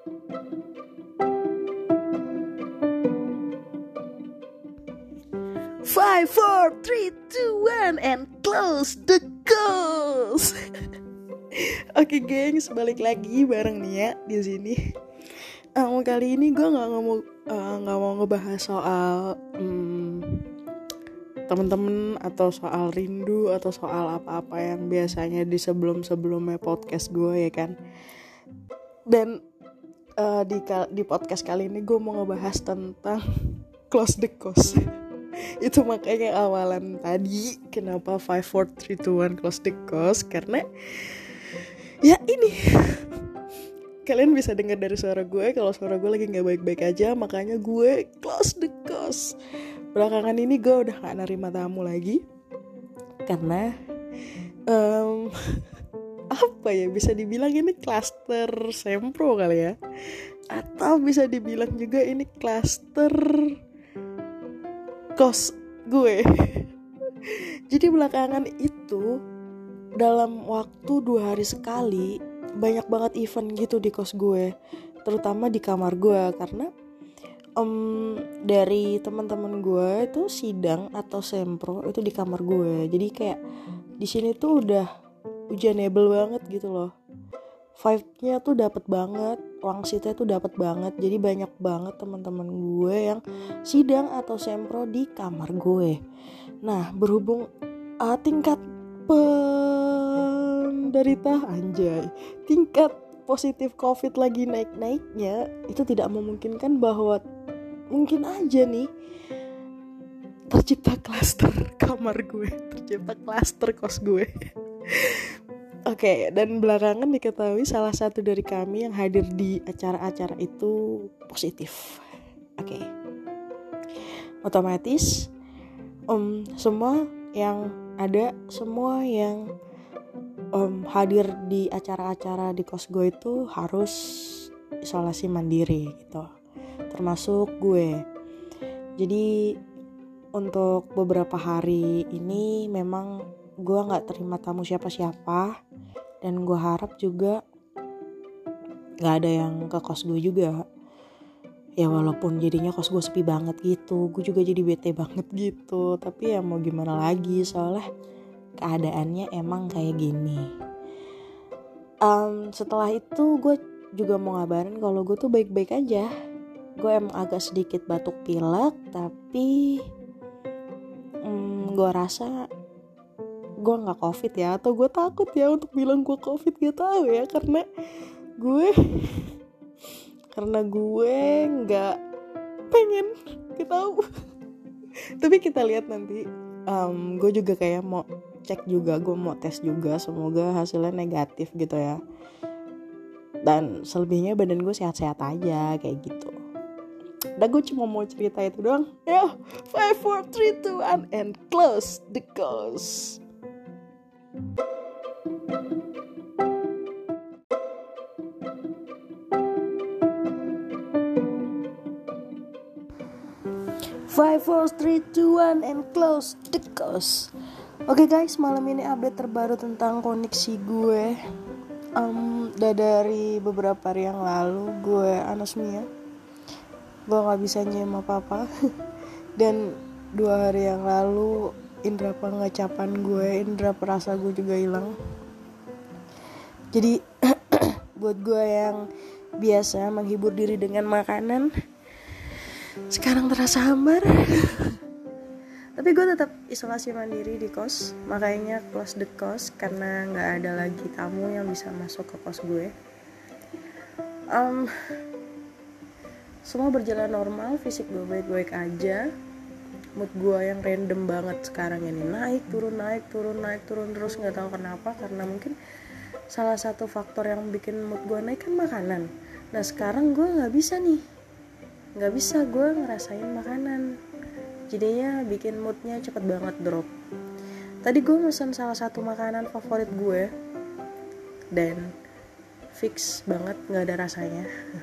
Five, four, three, two, one, and close the course. Oke gengs, balik lagi bareng Nia di sini. Kali ini gue nggak mau ngebahas soal temen-temen atau soal rindu atau soal apa-apa yang biasanya di sebelumnya podcast gue ya kan. Dan di podcast kali ini gue mau ngebahas tentang close the course. Itu makanya awalan tadi kenapa 5, 4, 3, 2, 1 close the course, karena ya ini kalian bisa dengar dari suara gue kalau suara gue lagi gak baik-baik aja, makanya gue close the course. Belakangan ini gue udah gak nerima tamu lagi karena apa ya, bisa dibilang ini klaster sempro kali ya, atau bisa dibilang juga ini klaster kos gue. Jadi belakangan itu dalam waktu 2 hari sekali banyak banget event gitu di kos gue, terutama di kamar gue, karena dari teman-teman gue itu sidang atau sempro itu di kamar gue. Jadi kayak di sini tuh udah hujanable banget gitu loh. Vibe-nya tuh dapet banget, wangsitnya tuh dapet banget. Jadi banyak banget teman-teman gue yang sidang atau sempro di kamar gue. Nah, berhubung tingkat tingkat positif COVID lagi naik-naiknya, itu tidak memungkinkan bahwa mungkin aja nih tercipta klaster kamar gue, tercipta klaster kos gue. Oke, dan belakangan diketahui salah satu dari kami yang hadir di acara-acara itu positif. Oke. Otomatis semua yang hadir di acara-acara di kos gue itu harus isolasi mandiri gitu. Termasuk gue. Jadi untuk beberapa hari ini memang gue gak terima tamu siapa-siapa, dan gue harap juga gak ada yang ke kos gue juga. Ya walaupun jadinya kos gue sepi banget gitu, gue juga jadi bete banget gitu. Tapi ya mau gimana lagi, soalnya keadaannya emang kayak gini. Setelah itu gue juga mau ngabarin kalau gue tuh baik-baik aja. Gue emang agak sedikit batuk pilek, tapi gue rasa gue nggak COVID ya, atau gue takut ya untuk bilang gue COVID, gak tahu ya, karena gue nggak pengen, gak tahu. Tapi kita lihat nanti. Gue juga kayak mau cek juga, gue mau tes juga, semoga hasilnya negatif gitu ya. Dan selebihnya badan gue sehat-sehat aja kayak gitu. Udah, gue cuma mau cerita itu doang. Ya, 5, 4, 3, 2, 1 and close the course. Five, four, three, two, one, and close the course. Oke guys, malam ini update terbaru tentang koneksi gue. Dari beberapa hari yang lalu gue anosmia. Gue gak bisa nyium apa-apa. Dan 2 hari yang lalu indera pengecapan gue, indera perasa gue juga hilang. Jadi buat gue yang biasa menghibur diri dengan makanan, sekarang terasa hambar. Tapi gue tetap isolasi mandiri di kos, makanya close the course, karena gak ada lagi tamu yang bisa masuk ke kos gue. Semua berjalan normal, fisik gue baik-baik aja. Mood gue yang random banget sekarang ini, naik turun terus, nggak tahu kenapa, karena mungkin salah satu faktor yang bikin mood gue naik kan makanan. Nah sekarang gue nggak bisa gue ngerasain makanan, jadinya bikin moodnya cepet banget drop. Tadi gue mesen salah satu makanan favorit gue dan fix banget nggak ada rasanya.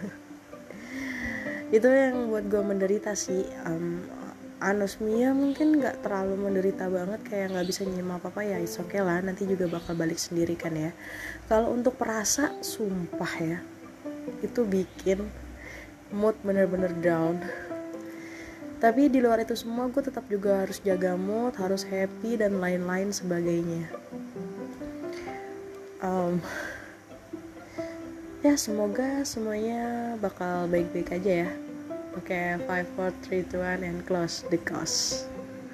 Itu yang buat gue menderita sih. Anosmia mungkin gak terlalu menderita banget, kayak gak bisa nyium apa-apa, ya it's okay lah, nanti juga bakal balik sendiri kan ya. Kalau untuk perasa, sumpah ya, itu bikin mood bener-bener down. Tapi di luar itu semua gue tetap juga harus jaga mood, harus happy dan lain-lain sebagainya. Ya semoga semuanya bakal baik-baik aja ya. Oke, 5, 4, 3, 2, 1 and close the cause.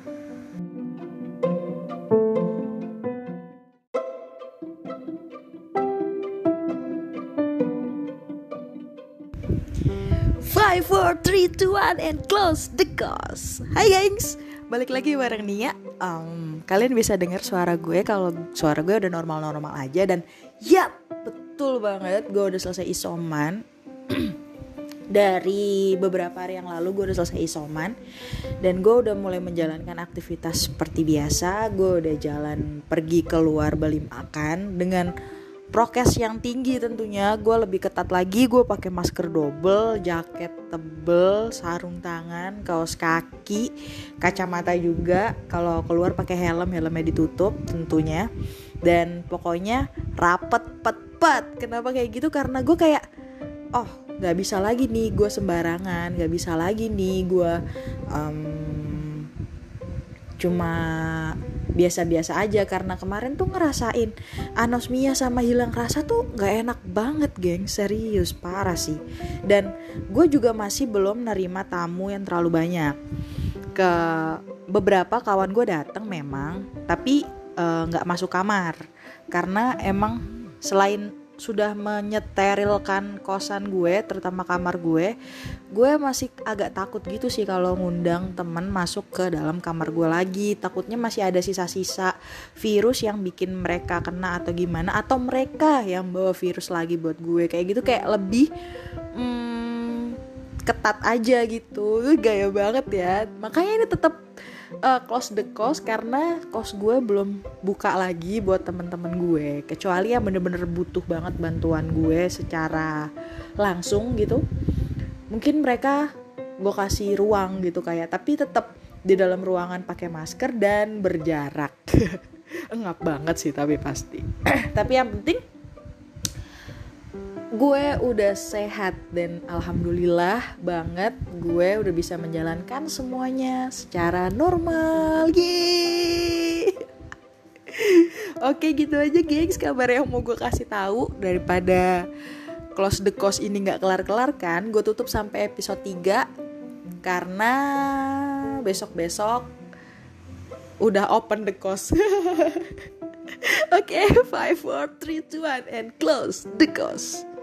Five, four, three, two, one, and close the cause. Hai gengs, balik lagi bareng Nia. Kalian bisa dengar suara gue kalau suara gue udah normal-normal aja. Dan ya betul banget, gue udah selesai isoman. Dari beberapa hari yang lalu gue udah selesai isoman. Dan gue udah mulai menjalankan aktivitas seperti biasa. Gue udah jalan pergi keluar beli makan dengan prokes yang tinggi tentunya. Gue lebih ketat lagi, gue pakai masker double, jaket tebel, sarung tangan, kaos kaki, kacamata juga. Kalau keluar pakai helmnya ditutup tentunya. Dan pokoknya rapet pet. Kenapa kayak gitu? Karena gue kayak gak bisa lagi nih gue sembarangan, gak bisa lagi nih gue cuma biasa-biasa aja. Karena kemarin tuh ngerasain anosmia sama hilang rasa tuh gak enak banget geng, serius parah sih. Dan gue juga masih belum nerima tamu yang terlalu banyak. Ke beberapa kawan gue datang memang, tapi gak masuk kamar. Karena emang selain sudah menyeterilkan kosan gue, terutama kamar gue masih agak takut gitu sih kalau ngundang teman masuk ke dalam kamar gue lagi. Takutnya masih ada sisa-sisa virus yang bikin mereka kena atau gimana, atau mereka yang bawa virus lagi buat gue. Kayak gitu, kayak lebih ketat aja gitu. Gaya banget ya. Makanya ini tetap close the cause, karena kos gue belum buka lagi buat temen-temen gue, kecuali yang bener-bener butuh banget bantuan gue secara langsung gitu. Mungkin mereka gue kasih ruang gitu kayak, tapi tetap di dalam ruangan pakai masker dan berjarak. Engap banget sih tapi pasti. Tapi yang penting gue udah sehat dan alhamdulillah banget gue udah bisa menjalankan semuanya secara normal. Yeay. Oke, gitu aja gengs kabar yang mau gue kasih tahu. Daripada close the cause ini gak kelar-kelar kan, gue tutup sampai episode 3 karena besok-besok udah open the cause. Oke, 5, 4, 3, 2, 1 and close the cause.